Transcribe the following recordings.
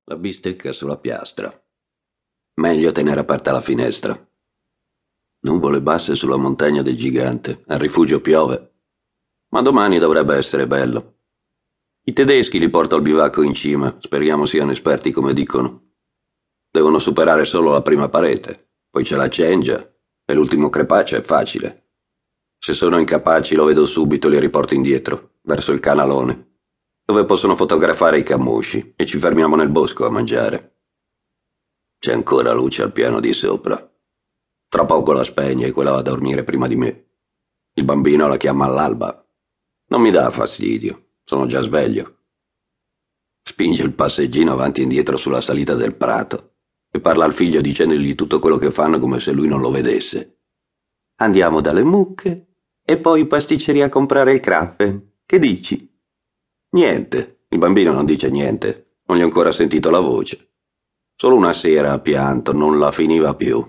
La bistecca sulla piastra. Meglio tenere aperta la finestra. Nuvole basse sulla montagna del gigante. Al rifugio piove. Ma domani dovrebbe essere bello. I tedeschi li porto al bivacco in cima. Speriamo siano esperti come dicono. Devono superare solo la prima parete. Poi c'è la cengia. E l'ultimo crepaccio è facile. Se sono incapaci lo vedo subito e li riporto indietro, verso il canalone, dove possono fotografare i cammusci e ci fermiamo nel bosco a mangiare. C'è ancora luce al piano di sopra. Tra poco la spegne e quella va a dormire prima di me. Il bambino la chiama all'alba. Non mi dà fastidio, sono già sveglio. Spinge il passeggino avanti e indietro sulla salita del prato e parla al figlio dicendogli tutto quello che fanno come se lui non lo vedesse. Andiamo dalle mucche e poi in pasticceria a comprare il Kraffen. Che dici? Niente, il bambino non dice niente, non gli ho ancora sentito la voce. Solo una sera ha pianto, non la finiva più.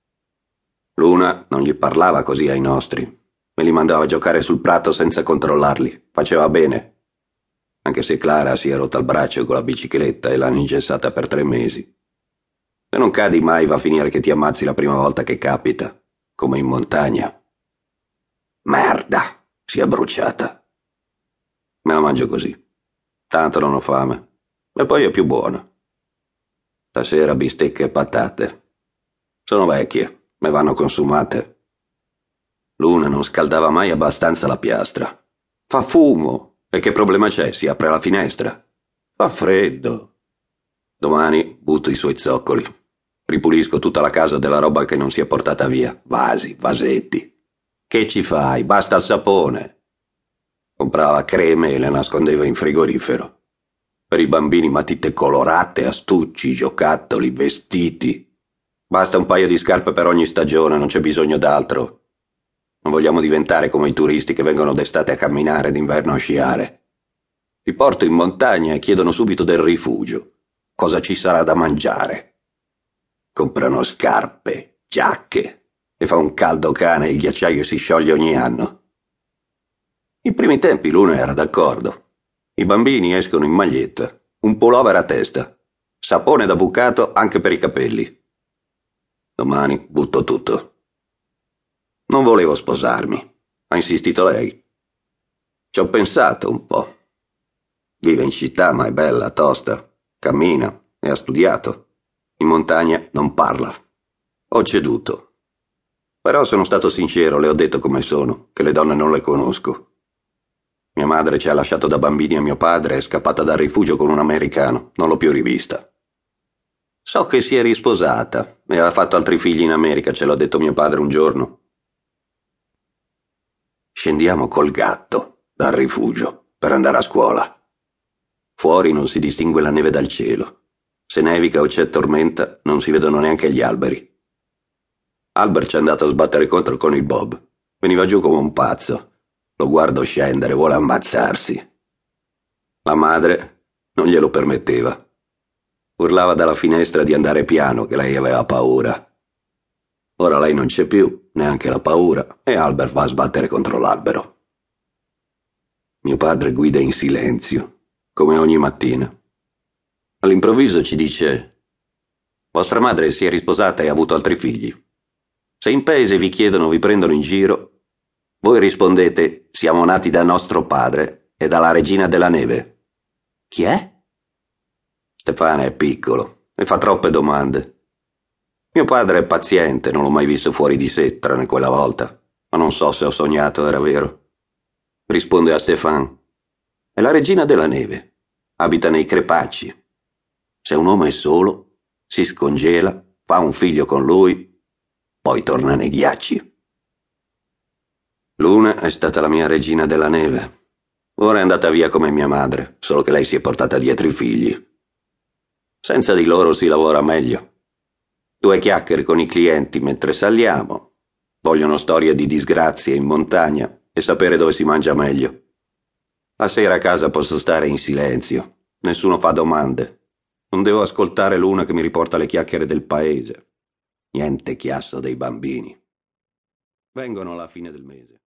Luna non gli parlava così ai nostri, me li mandava a giocare sul prato senza controllarli, faceva bene. Anche se Clara si è rotta il braccio con la bicicletta e l'hanno ingessata per 3 mesi. Se non cadi mai va a finire che ti ammazzi la prima volta che capita, come in montagna. Merda, si è bruciata. Me la mangio così. Tanto non ho fame. E poi è più buona. Stasera bistecche e patate. Sono vecchie, me vanno consumate. Luna non scaldava mai abbastanza la piastra. Fa fumo. E che problema c'è? Si apre la finestra. Fa freddo. Domani butto i suoi zoccoli. Ripulisco tutta la casa della roba che non si è portata via. Vasi, vasetti. Che ci fai? Basta il sapone. Comprava creme e le nascondeva in frigorifero. Per i bambini matite colorate, astucci, giocattoli, vestiti. Basta un paio di scarpe per ogni stagione, non c'è bisogno d'altro. Non vogliamo diventare come i turisti che vengono d'estate a camminare, d'inverno a sciare. Li porto in montagna e chiedono subito del rifugio. Cosa ci sarà da mangiare? Comprano scarpe, giacche e fa un caldo cane e il ghiacciaio si scioglie ogni anno. I primi tempi Luna era d'accordo. I bambini escono in maglietta, un pullover a testa, sapone da bucato anche per i capelli. Domani butto tutto. Non volevo sposarmi, ha insistito lei. Ci ho pensato un po'. Vive in città ma è bella, tosta, cammina e ha studiato. In montagna non parla. Ho ceduto. Però sono stato sincero, le ho detto come sono, che le donne non le conosco. Mia madre ci ha lasciato da bambini a mio padre e è scappata dal rifugio con un americano, non l'ho più rivista. So che si è risposata e ha fatto altri figli in America, ce l'ha detto mio padre un giorno. Scendiamo col gatto dal rifugio per andare a scuola. Fuori non si distingue la neve dal cielo. Se nevica o c'è tormenta non si vedono neanche gli alberi. Albert ci è andato a sbattere contro con il Bob. Veniva giù come un pazzo. Lo guardo scendere, vuole ammazzarsi. La madre non glielo permetteva. Urlava dalla finestra di andare piano, che lei aveva paura. Ora lei non c'è più, neanche la paura, e Albert va a sbattere contro l'albero. Mio padre guida in silenzio, come ogni mattina. All'improvviso ci dice: «Vostra madre si è risposata e ha avuto altri figli. Se in paese vi chiedono o vi prendono in giro, voi rispondete: siamo nati da nostro padre e dalla regina della neve». Chi è? Stefano è piccolo e fa troppe domande. Mio padre è paziente, non l'ho mai visto fuori di sé, tranne quella volta, ma non so se ho sognato era vero. Risponde a Stefano: «È la regina della neve, abita nei crepacci. Se un uomo è solo, si scongela, fa un figlio con lui, poi torna nei ghiacci». Luna è stata la mia regina della neve. Ora è andata via come mia madre, solo che lei si è portata dietro i figli. Senza di loro si lavora meglio. 2 chiacchiere con i clienti mentre saliamo. Vogliono storie di disgrazie in montagna e sapere dove si mangia meglio. La sera a casa posso stare in silenzio. Nessuno fa domande. Non devo ascoltare Luna che mi riporta le chiacchiere del paese. Niente chiasso dei bambini. Vengono alla fine del mese.